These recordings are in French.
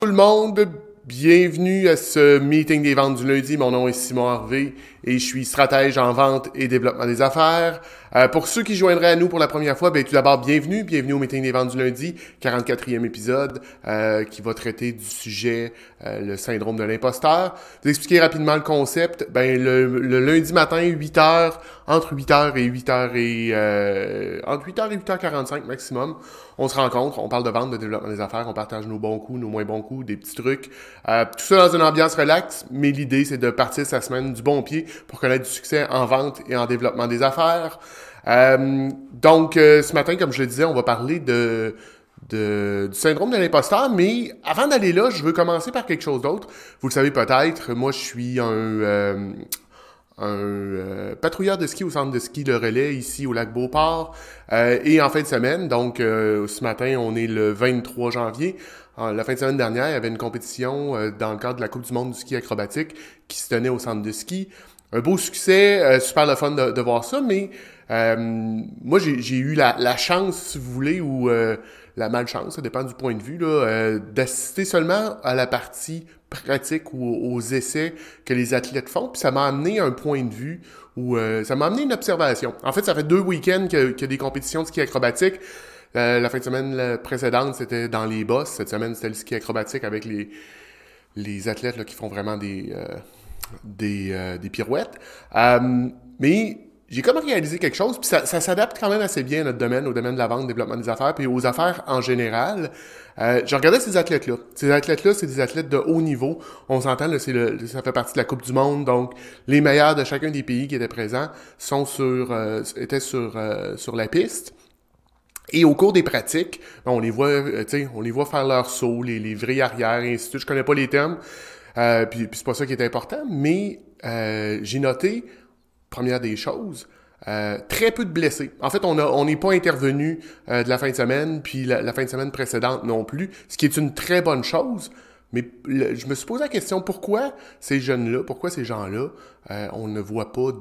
Tout le monde, bienvenue à ce meeting des ventes du lundi. Mon nom est Simon Harvey et je suis stratège en vente et développement des affaires. Pour ceux qui joindraient à nous pour la première fois, tout d'abord, bienvenue au meeting des ventes du lundi, 44e épisode qui va traiter du sujet le syndrome de l'imposteur. Vous expliquer rapidement le concept. Le lundi matin, 8h, entre 8h et 8h et entre 8h et 8h45 maximum, on se rencontre, on parle de vente, de développement des affaires, on partage nos bons coups, nos moins bons coups, des petits trucs. Tout ça dans une ambiance relax, mais l'idée, c'est de partir sa semaine du bon pied pour connaître du succès en vente et en développement des affaires. Ce matin, comme je le disais, on va parler du syndrome de l'imposteur, mais avant d'aller là, je veux commencer par quelque chose d'autre. Vous le savez peut-être, moi je suis un patrouilleur de ski au centre de ski Le Relais, ici au lac Beauport, et en fin de semaine, donc ce matin, on est le 23 janvier, la fin de semaine dernière, il y avait une compétition dans le cadre de la Coupe du monde du ski acrobatique qui se tenait au centre de ski. Un beau succès, super le fun de voir ça, mais moi, j'ai eu la chance, si vous voulez, ou la malchance, ça dépend du point de vue, là, d'assister seulement à la partie pratique ou aux essais que les athlètes font, puis ça m'a amené un point de vue ou ça m'a amené une observation. En fait, ça fait 2 week-ends qu'il y a des compétitions de ski acrobatique. La fin de semaine précédente, c'était dans les bosses. Cette semaine, c'était le ski acrobatique avec les athlètes là, qui font vraiment des pirouettes. Mais j'ai comme réalisé quelque chose, puis ça s'adapte quand même assez bien à notre domaine, au domaine de la vente, développement des affaires, puis aux affaires en général. Je regardais ces athlètes-là. Ces athlètes-là, c'est des athlètes de haut niveau. On s'entend, là, ça fait partie de la Coupe du monde, donc les meilleurs de chacun des pays qui étaient présents étaient sur la piste. Et au cours des pratiques, on les voit faire leurs sauts, les vrilles arrière, et ainsi de suite. Je connais pas les termes, puis c'est pas ça qui est important, mais j'ai noté, première des choses, très peu de blessés. En fait, on n'est pas intervenu de la fin de semaine, puis la fin de semaine précédente non plus, ce qui est une très bonne chose. Mais je me suis posé la question, pourquoi ces jeunes-là, pourquoi ces gens-là, on ne voit pas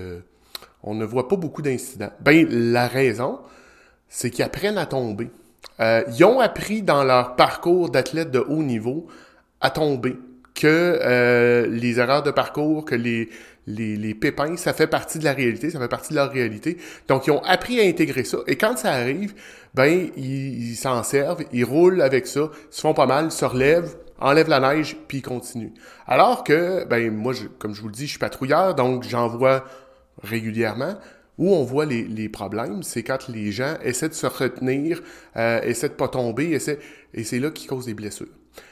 beaucoup d'incidents? La raison, c'est qu'ils apprennent à tomber. Ils ont appris dans leur parcours d'athlète de haut niveau à tomber, que les erreurs de parcours, que les pépins, ça fait partie de la réalité, ça fait partie de leur réalité. Donc, ils ont appris à intégrer ça. Et quand ça arrive, ils s'en servent, ils roulent avec ça, ils se font pas mal, ils se relèvent, enlèvent la neige, puis ils continuent. Alors que, moi, comme je vous le dis, je suis patrouilleur, donc j'en vois régulièrement. Où on voit les problèmes, c'est quand les gens essaient de se retenir, essaient de pas tomber, et c'est là qu'ils causent des blessures.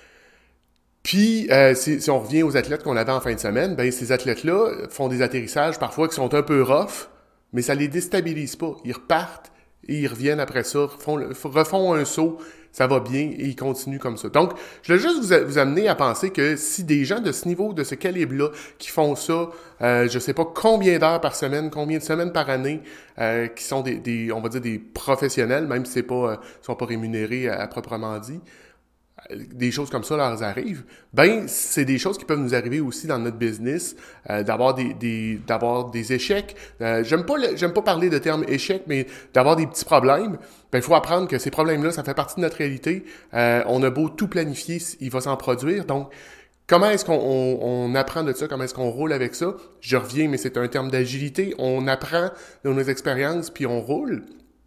Puis, si on revient aux athlètes qu'on avait en fin de semaine, ces athlètes-là font des atterrissages parfois qui sont un peu rough, mais ça les déstabilise pas. Ils repartent et ils reviennent après ça, refont un saut, ça va bien et ils continuent comme ça. Donc, je voulais juste vous amener à penser que si des gens de ce niveau, de ce calibre-là, qui font ça, je sais pas combien d'heures par semaine, combien de semaines par année, qui sont on va dire des professionnels, même si sont pas rémunérés à proprement dit, des choses comme ça leur arrivent, c'est des choses qui peuvent nous arriver aussi dans notre business, d'avoir des échecs. J'aime pas parler de terme échec, mais d'avoir des petits problèmes. Il faut apprendre que ces problèmes-là, ça fait partie de notre réalité. On a beau tout planifier, il va s'en produire. Donc, comment est-ce qu'on apprend de ça? Comment est-ce qu'on roule avec ça? Je reviens, mais c'est un terme d'agilité. On apprend de nos expériences, puis on roule.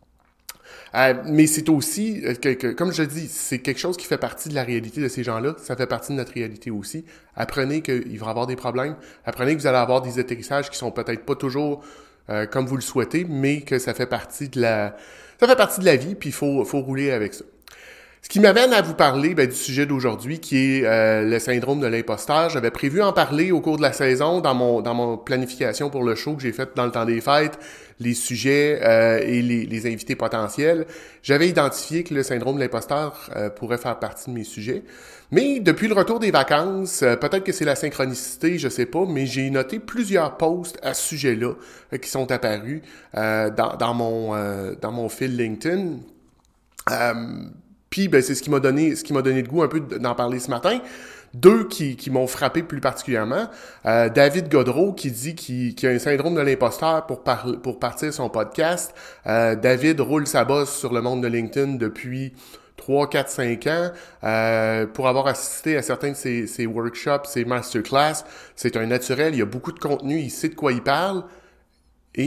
Mais c'est aussi, comme je dis, c'est quelque chose qui fait partie de la réalité de ces gens-là. Ça fait partie de notre réalité aussi. Apprenez qu'il va y avoir des problèmes. Apprenez que vous allez avoir des atterrissages qui sont peut-être pas toujours comme vous le souhaitez, mais que ça fait partie de la vie, puis il faut rouler avec ça. Ce qui m'amène à vous parler du sujet d'aujourd'hui, qui est le syndrome de l'imposteur. J'avais prévu en parler au cours de la saison, dans mon planification pour le show que j'ai fait dans le temps des fêtes, les sujets et les invités potentiels. J'avais identifié que le syndrome de l'imposteur pourrait faire partie de mes sujets. Mais depuis le retour des vacances, peut-être que c'est la synchronicité, je sais pas, mais j'ai noté plusieurs posts à ce sujet-là qui sont apparus dans mon fil LinkedIn. Puis, c'est ce qui m'a donné le goût un peu d'en parler ce matin. 2 qui m'ont frappé plus particulièrement. David Godreau qui dit qu'il a un syndrome de l'imposteur pour partir son podcast. David roule sa bosse sur le monde de LinkedIn depuis 3, 4, 5 ans, pour avoir assisté à certains de ses workshops, ses masterclass. C'est un naturel, il y a beaucoup de contenu, il sait de quoi il parle. Et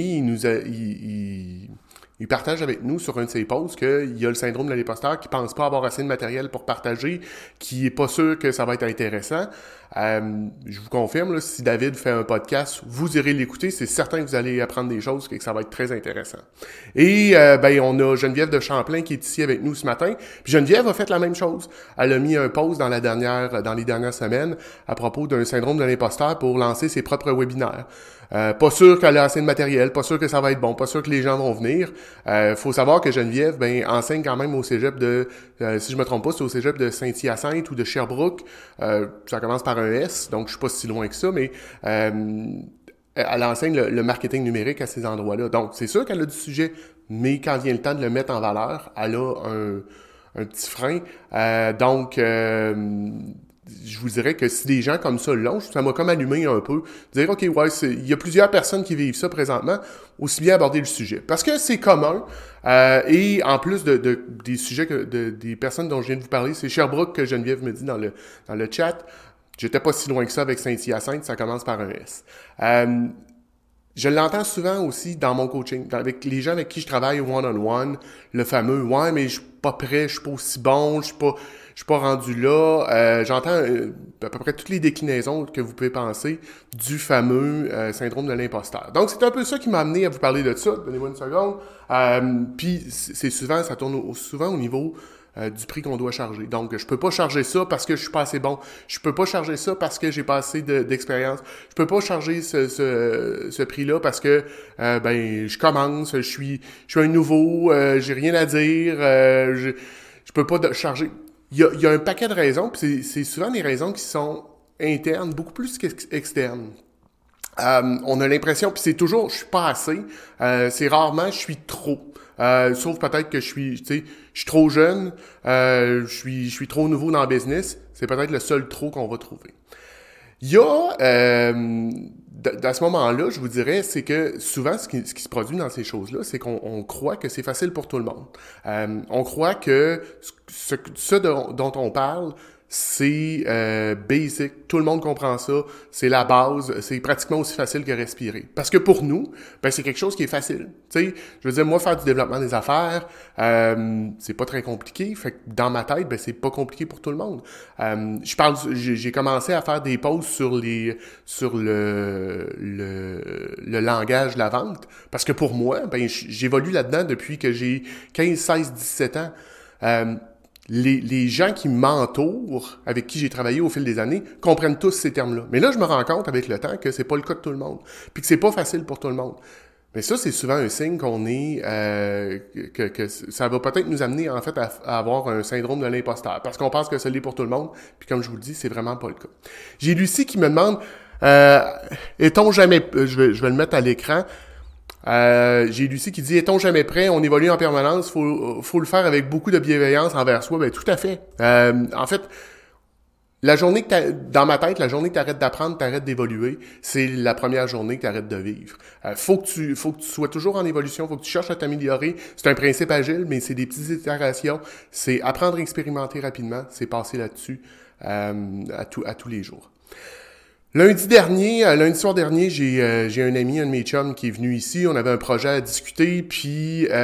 il partage avec nous sur un de ses posts qu'il y a le syndrome de l'imposteur, qui pense pas avoir assez de matériel pour partager, qui est pas sûr que ça va être intéressant. Je vous confirme, là, si David fait un podcast, vous irez l'écouter, c'est certain que vous allez apprendre des choses et que ça va être très intéressant. Et on a Geneviève de Champlain qui est ici avec nous ce matin. Puis Geneviève a fait la même chose. Elle a mis un post dans les dernières semaines à propos d'un syndrome de l'imposteur pour lancer ses propres webinaires. Pas sûr qu'elle a assez de matériel, pas sûr que ça va être bon, pas sûr que les gens vont venir. Faut savoir que Geneviève enseigne quand même au cégep de, si je me trompe pas, c'est au cégep de Saint-Hyacinthe ou de Sherbrooke. Ça commence par un S, donc je suis pas si loin que ça, mais elle enseigne le marketing numérique à ces endroits-là. Donc c'est sûr qu'elle a du sujet, mais quand vient le temps de le mettre en valeur, elle a un petit frein. Je vous dirais que si des gens comme ça l'ont, ça m'a comme allumé un peu. Dire, OK, ouais, il y a plusieurs personnes qui vivent ça présentement, aussi bien aborder le sujet. Parce que c'est commun, et en plus des sujets, des personnes dont je viens de vous parler, c'est Sherbrooke que Geneviève me dit dans le chat. J'étais pas si loin que ça avec Saint-Hyacinthe, ça commence par un S. Je l'entends souvent aussi dans mon coaching, avec les gens avec qui je travaille one-on-one, le fameux « Ouais, mais je suis pas prêt, je suis pas aussi bon, je suis pas rendu là. J'entends à peu près toutes les déclinaisons que vous pouvez penser du fameux syndrome de l'imposteur. Donc, c'est un peu ça qui m'a amené à vous parler de ça. Donnez-moi une seconde. Puis, ça tourne souvent au niveau du prix qu'on doit charger. Donc, je peux pas charger ça parce que je suis pas assez bon. Je peux pas charger ça parce que j'ai pas assez d'expérience. Je peux pas charger ce prix-là parce que je commence, je suis un nouveau, j'ai rien à dire, je peux pas charger. Il y a un paquet de raisons, puis c'est souvent des raisons qui sont internes, beaucoup plus qu'externes. On a l'impression, puis c'est toujours, je suis pas assez, c'est rarement, je suis trop. Sauf peut-être que je suis trop jeune, je suis trop nouveau dans le business. C'est peut-être le seul trop qu'on va trouver. Il y a, à ce moment-là, je vous dirais, c'est que souvent, ce qui se produit dans ces choses-là, c'est qu'on croit que c'est facile pour tout le monde. On croit que ce dont on parle, c'est basic, tout le monde comprend ça, c'est la base, c'est pratiquement aussi facile que respirer. Parce que pour nous, c'est quelque chose qui est facile. Tu sais, je veux dire, moi, faire du développement des affaires, c'est pas très compliqué. Fait que dans ma tête, c'est pas compliqué pour tout le monde. J'ai commencé à faire des posts sur le langage de la vente. Parce que pour moi, j'évolue là-dedans depuis que j'ai 15, 16, 17 ans. Les gens qui m'entourent, avec qui j'ai travaillé au fil des années, comprennent tous ces termes-là. Mais là, je me rends compte avec le temps que c'est pas le cas de tout le monde, puis que c'est pas facile pour tout le monde. Mais ça, c'est souvent un signe qu'on est que ça va peut-être nous amener en fait à avoir un syndrome de l'imposteur, parce qu'on pense que ça l'est pour tout le monde, puis comme je vous le dis, c'est vraiment pas le cas. J'ai Lucie qui me demande est-on jamais, je vais le mettre à l'écran. J'ai Lucie qui dit « Est-on jamais prêt? On évolue en permanence. Faut le faire avec beaucoup de bienveillance envers soi. » Tout à fait. En fait, dans ma tête, la journée que tu arrêtes d'apprendre, tu arrêtes d'évoluer, c'est la première journée que tu arrêtes de vivre. Faut que tu sois toujours en évolution, faut que tu cherches à t'améliorer. C'est un principe agile, mais c'est des petites itérations. C'est apprendre à expérimenter rapidement, c'est passer là-dessus à tous les jours. Lundi soir dernier, j'ai un ami, un de mes chums qui est venu ici. On avait un projet à discuter, puis il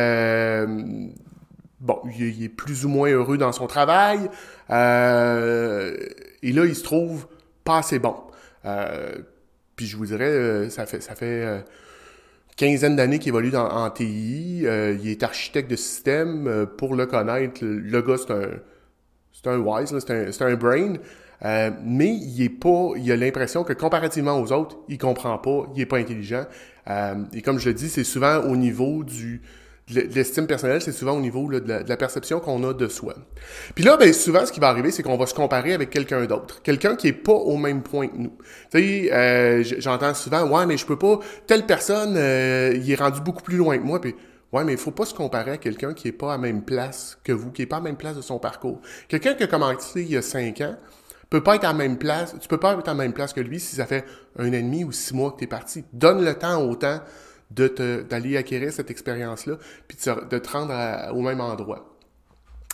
est plus ou moins heureux dans son travail. Et là, il se trouve pas assez bon. Puis je vous dirais, ça fait quinzaine d'années qu'il évolue en TI. Il est architecte de système. Pour le connaître, le gars, c'est un wise, là, c'est un brain. Mais il a l'impression que comparativement aux autres, il comprend pas, il est pas intelligent. Et comme je le dis, c'est souvent au niveau de l'estime personnelle, c'est souvent au niveau là, de la perception qu'on a de soi. Puis là, souvent, ce qui va arriver, c'est qu'on va se comparer avec quelqu'un d'autre. Quelqu'un qui est pas au même point que nous. Tu sais, j'entends souvent, « Ouais, mais je peux pas, telle personne, il est rendu beaucoup plus loin que moi. » Puis, ouais, mais il faut pas se comparer à quelqu'un qui est pas à la même place que vous, qui est pas à la même place de son parcours. Quelqu'un qui a commencé il y a 5 ans, tu peux pas être à la même place que lui si ça fait 1 an et demi ou 6 mois que tu es parti. Donne le temps au temps d'aller acquérir cette expérience-là, puis de te rendre au même endroit.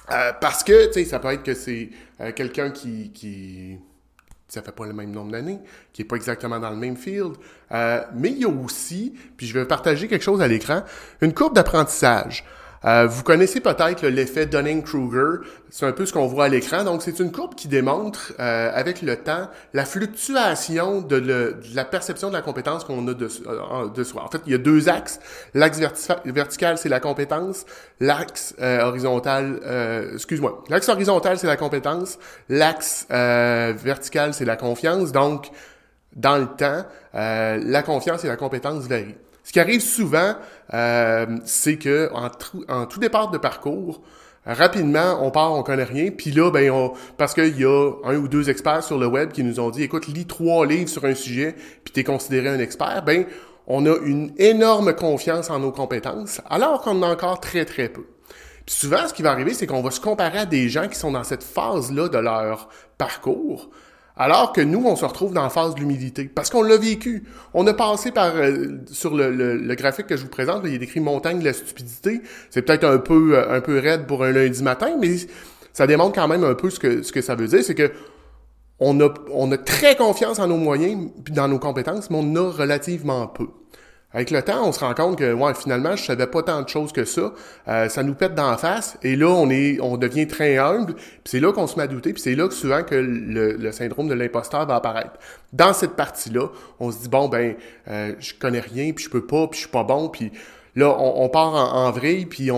Parce que, tu sais, ça peut être que c'est quelqu'un qui ça fait pas le même nombre d'années, qui est pas exactement dans le même field. Mais il y a aussi, puis je vais partager quelque chose à l'écran, une courbe d'apprentissage. Vous connaissez peut-être l'effet Dunning-Kruger, c'est un peu ce qu'on voit à l'écran. Donc, c'est une courbe qui démontre, avec le temps, la fluctuation de la perception de la compétence qu'on a de soi. En fait, il y a deux axes. L'axe vertical, c'est la compétence. L'axe horizontal, l'axe horizontal, c'est la compétence. L'axe vertical, c'est la confiance. Donc, dans le temps, la confiance et la compétence varient. Ce qui arrive souvent, c'est que en tout départ de parcours, rapidement, on part, on connaît rien, puis là, parce qu'il y a un ou deux experts sur le web qui nous ont dit, écoute, lis 3 livres sur un sujet, puis t'es considéré un expert, on a une énorme confiance en nos compétences, alors qu'on en a encore très, très peu. Puis souvent, ce qui va arriver, c'est qu'on va se comparer à des gens qui sont dans cette phase-là de leur parcours, alors que nous, on se retrouve dans la phase de l'humilité. Parce qu'on l'a vécu. On a passé par... sur le graphique que je vous présente, là, il est écrit « Montagne de la stupidité ». C'est peut-être un peu raide pour un lundi matin, mais ça démontre quand même un peu ce que ça veut dire. C'est que on a très confiance en nos moyens puis dans nos compétences, mais on en a relativement peu. Avec le temps, on se rend compte que finalement, je savais pas tant de choses que ça. Ça nous pète dans la face. Et là, on devient très humble. Puis c'est là qu'on se met à douter. Puis c'est là que souvent que le syndrome de l'imposteur va apparaître. Dans cette partie-là, on se dit je connais rien, puis je peux pas, puis je suis pas bon. Puis là, on part en vrille, puis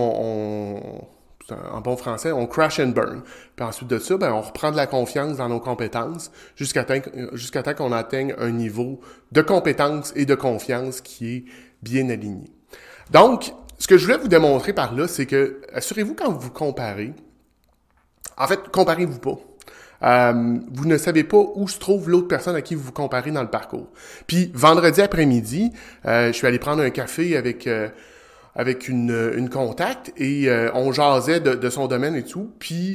en bon français, on crash and burn. Puis ensuite de ça, on reprend de la confiance dans nos compétences jusqu'à temps qu'on atteigne un niveau de compétence et de confiance qui est bien aligné. Donc, ce que je voulais vous démontrer par là, c'est que, assurez-vous quand vous comparez, en fait, comparez-vous pas. Vous ne savez pas où se trouve l'autre personne à qui vous vous comparez dans le parcours. Puis, vendredi après-midi, je suis allé prendre un café avec une contact et on jasait de son domaine et tout. Puis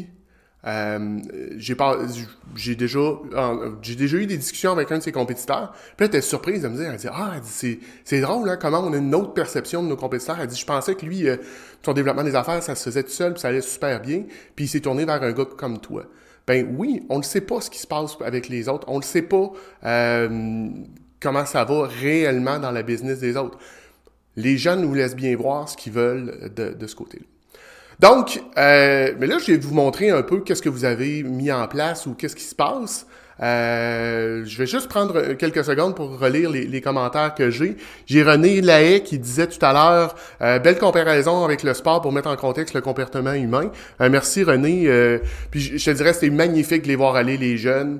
j'ai déjà eu des discussions avec un de ses compétiteurs. Puis là, elle était surprise de me dire, elle dit, c'est drôle, hein, comment on a une autre perception de nos compétiteurs. Elle dit, je pensais que lui, son développement des affaires, ça se faisait tout seul, puis ça allait super bien. Puis il s'est tourné vers un gars comme toi. Oui, on ne sait pas ce qui se passe avec les autres. On ne sait pas comment ça va réellement dans la business des autres. Les gens nous laissent bien voir ce qu'ils veulent de ce côté-là. Donc, mais là, je vais vous montrer un peu qu'est-ce que vous avez mis en place ou qu'est-ce qui se passe. Je vais juste prendre quelques secondes pour relire les commentaires que j'ai. J'ai René Lahaye qui disait tout à l'heure belle comparaison avec le sport pour mettre en contexte le comportement humain. Merci René. Puis je te dirais c'était magnifique de les voir aller les jeunes.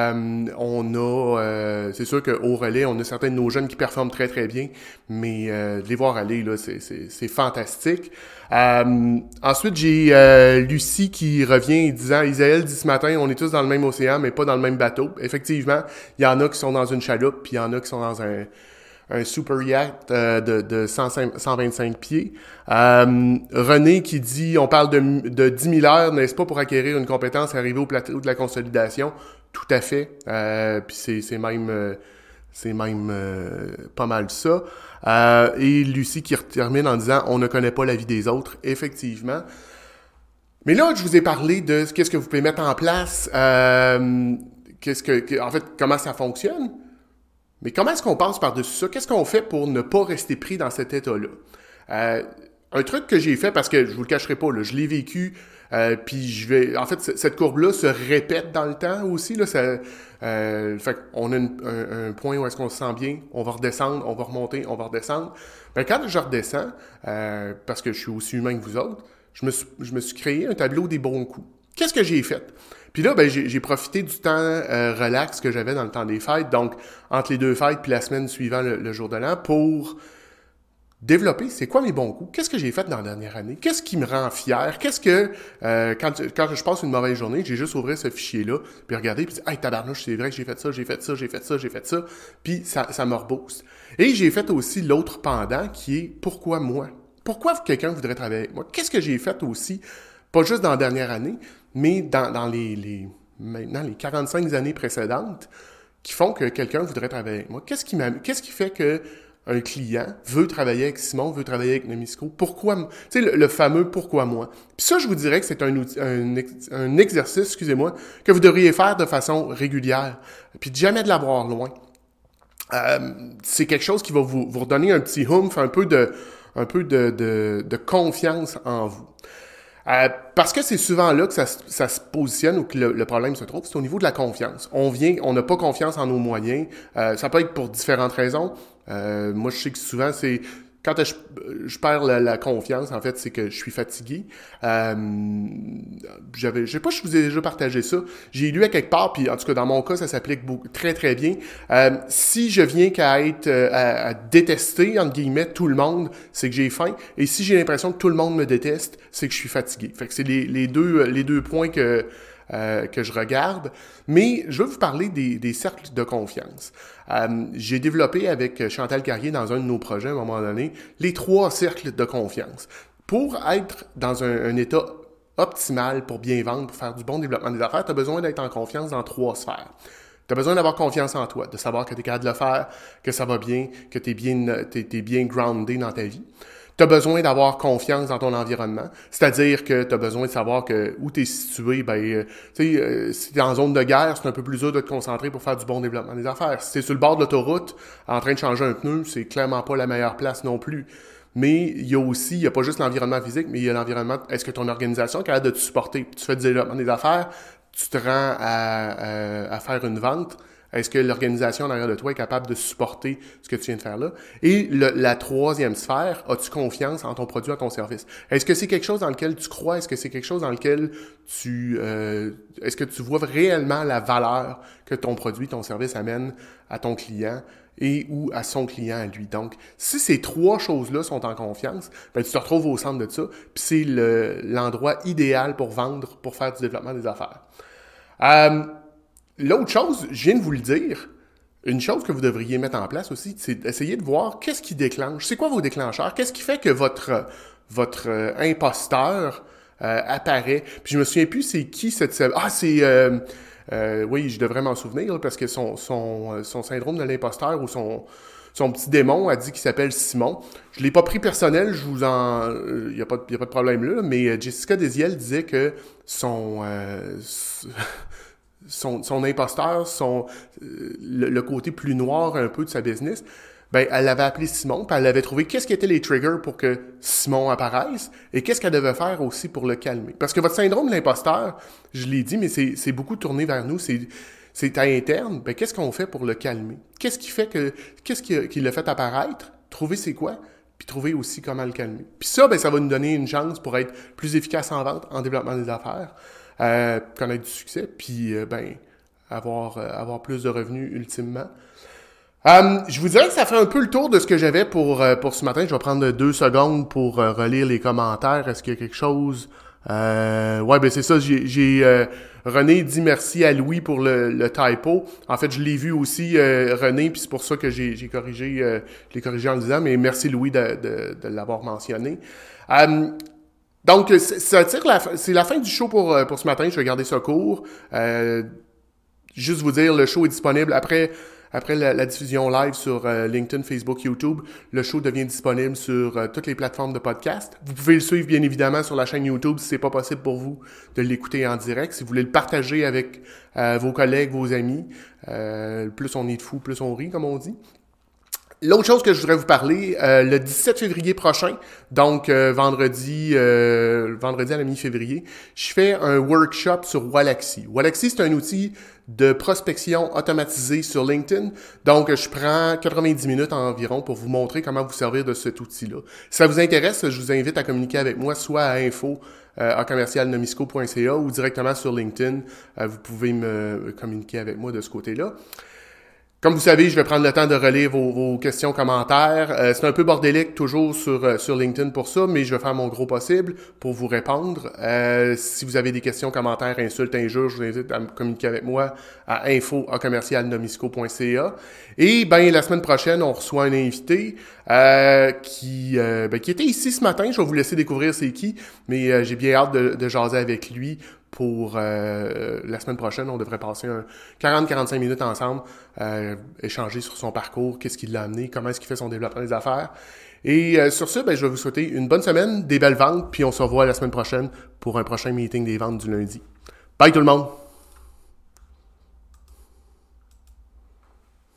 C'est sûr qu'au relais, on a certains de nos jeunes qui performent très très bien, mais de les voir aller là, c'est fantastique. Ensuite, j'ai Lucie qui revient disant, Isaël dit ce matin, on est tous dans le même océan, mais pas dans le même bateau. Effectivement, il y en a qui sont dans une chaloupe, puis il y en a qui sont dans un super yacht de 125 pieds. René qui dit, on parle de 10 000 heures, n'est-ce pas, pour acquérir une compétence et arriver au plateau de la consolidation? Tout à fait. Puis c'est même pas mal ça. Et Lucie qui termine en disant « On ne connaît pas la vie des autres ». Effectivement. Mais là, je vous ai parlé de qu'est-ce que vous pouvez mettre en place, en fait, comment ça fonctionne. Mais comment est-ce qu'on passe par-dessus ça? Qu'est-ce qu'on fait pour ne pas rester pris dans cet état-là? Un truc que j'ai fait, parce que je vous le cacherai pas, là, je l'ai vécu, puis en fait, cette courbe-là se répète dans le temps aussi, là, fait qu'on a un point où est-ce qu'on se sent bien, on va redescendre, on va remonter, on va redescendre. Quand je redescends, parce que je suis aussi humain que vous autres, je me suis créé un tableau des bons coups. Qu'est-ce que j'ai fait? Puis là, j'ai profité du temps relax que j'avais dans le temps des fêtes, donc entre les 2 fêtes puis la semaine suivant le jour de l'an, pour développer, c'est quoi mes bons coups? Qu'est-ce que j'ai fait dans la dernière année? Qu'est-ce qui me rend fier? Qu'est-ce que, quand je passe une mauvaise journée, j'ai juste ouvert ce fichier-là, puis regarder, puis dire, hey, tabarnouche, c'est vrai que j'ai fait ça, puis ça me rebooste. Et j'ai fait aussi l'autre pendant, qui est, pourquoi moi? Pourquoi quelqu'un voudrait travailler avec moi? Qu'est-ce que j'ai fait aussi, pas juste dans la dernière année, mais dans maintenant les 45 années précédentes, qui font que quelqu'un voudrait travailler avec moi? Qu'est-ce qui fait que un client veut travailler avec Simon, veut travailler avec Nomisco? Pourquoi? Tu sais, le fameux « pourquoi moi ». Puis ça, je vous dirais que c'est un exercice, excusez-moi, que vous devriez faire de façon régulière. Puis jamais de l'avoir loin. C'est quelque chose qui va vous redonner un petit oomph, un peu de confiance en vous. Parce que c'est souvent là que ça se positionne ou que le problème se trouve, c'est au niveau de la confiance. On n'a pas confiance en nos moyens. Ça peut être pour différentes raisons. Moi, je sais que souvent, c'est quand je perds la confiance, en fait, c'est que je suis fatigué. Je sais pas si je vous ai déjà partagé ça. J'ai lu à quelque part, puis en tout cas, dans mon cas, ça s'applique très, très bien. Si je viens qu'à être à détester, entre guillemets, tout le monde, c'est que j'ai faim. Et si j'ai l'impression que tout le monde me déteste, c'est que je suis fatigué. Fait que c'est les deux points que je regarde. Mais je veux vous parler des cercles de confiance. J'ai développé avec Chantal Carrier dans un de nos projets à un moment donné les 3 cercles de confiance. Pour être dans un état optimal pour bien vendre, pour faire du bon développement des affaires, tu as besoin d'être en confiance dans 3 sphères. Tu as besoin d'avoir confiance en toi, de savoir que tu es capable de le faire, que ça va bien, que tu es bien groundé dans ta vie. Tu as besoin d'avoir confiance dans ton environnement, c'est-à-dire que tu as besoin de savoir que où tu es situé, si tu es en zone de guerre, c'est un peu plus dur de te concentrer pour faire du bon développement des affaires. Si tu es sur le bord de l'autoroute, en train de changer un pneu, c'est clairement pas la meilleure place non plus. Mais il y a pas juste l'environnement physique, mais il y a l'environnement, est-ce que ton organisation est capable de te supporter? Tu fais du développement des affaires, tu te rends à faire une vente. Est-ce que l'organisation en arrière de toi est capable de supporter ce que tu viens de faire là? Et la 3e sphère, as-tu confiance en ton produit, en ton service? Est-ce que c'est quelque chose dans lequel tu crois? Est-ce que c'est quelque chose dans lequel est-ce que tu vois réellement la valeur que ton produit, ton service amène à ton client et ou à son client à lui? Donc, si ces 3 choses-là sont en confiance, ben, tu te retrouves au centre de ça, puis c'est l'endroit idéal pour vendre, pour faire du développement des affaires. L'autre chose, je viens de vous le dire, une chose que vous devriez mettre en place aussi, c'est d'essayer de voir qu'est-ce qui déclenche. C'est quoi vos déclencheurs? Qu'est-ce qui fait que votre imposteur apparaît? Puis je me souviens plus c'est qui cette... Ah, c'est... oui, je devrais m'en souvenir là, parce que son syndrome de l'imposteur ou son petit démon a dit qu'il s'appelle Simon. Je l'ai pas pris personnel, je vous en... Il y a pas de problème là, mais Jessica Desiel disait que son imposteur, le côté plus noir un peu de sa business, ben elle l'avait appelé Simon, puis elle avait trouvé qu'est-ce qui étaient les triggers pour que Simon apparaisse et qu'est-ce qu'elle devait faire aussi pour le calmer. Parce que votre syndrome de l'imposteur, je l'ai dit, mais c'est beaucoup tourné vers nous, c'est à l'interne, ben qu'est-ce qu'on fait pour le calmer? Qu'est-ce qui l'a fait apparaître? Trouver c'est quoi? Puis trouver aussi comment le calmer. Puis ça, ben ça va nous donner une chance pour être plus efficace en vente, en développement des affaires. Connaître du succès, puis avoir plus de revenus ultimement. Je vous dirais que ça fait un peu le tour de ce que j'avais pour ce matin. Je vais prendre 2 secondes pour relire les commentaires. Est-ce qu'il y a quelque chose? Ouais, ben c'est ça. J'ai René dit merci à Louis pour le typo. En fait, je l'ai vu aussi, René, puis c'est pour ça que j'ai corrigé, je l'ai corrigé en le disant, mais merci Louis de l'avoir mentionné. Donc, c'est la fin du show pour ce matin. Je vais garder ça court. Juste vous dire, le show est disponible après la diffusion live sur LinkedIn, Facebook, YouTube. Le show devient disponible sur toutes les plateformes de podcast. Vous pouvez le suivre, bien évidemment, sur la chaîne YouTube si c'est pas possible pour vous de l'écouter en direct. Si vous voulez le partager avec vos collègues, vos amis, plus on est de fous, plus on rit, comme on dit. L'autre chose que je voudrais vous parler, le 17 février prochain, donc vendredi à la mi-février, je fais un workshop sur Wallaxy. Wallaxy, c'est un outil de prospection automatisé sur LinkedIn. Donc, je prends 90 minutes environ pour vous montrer comment vous servir de cet outil-là. Si ça vous intéresse, je vous invite à communiquer avec moi, soit à info@commercialnomisco.ca ou directement sur LinkedIn. Vous pouvez me communiquer avec moi de ce côté-là. Comme vous savez, je vais prendre le temps de relire vos questions, commentaires. C'est un peu bordélique toujours sur LinkedIn pour ça, mais je vais faire mon gros possible pour vous répondre. Si vous avez des questions, commentaires, insultes, injures, je vous invite à me communiquer avec moi à info@commercialnomisco.ca. Et la semaine prochaine, on reçoit un invité qui était ici ce matin. Je vais vous laisser découvrir c'est qui, mais j'ai bien hâte de jaser avec lui pour la semaine prochaine. On devrait passer 40-45 minutes ensemble, échanger sur son parcours, qu'est-ce qui l'a amené, comment est-ce qu'il fait son développement des affaires. Et sur ce, je vais vous souhaiter une bonne semaine, des belles ventes, puis on se revoit la semaine prochaine pour un prochain meeting des ventes du lundi. Bye tout le monde!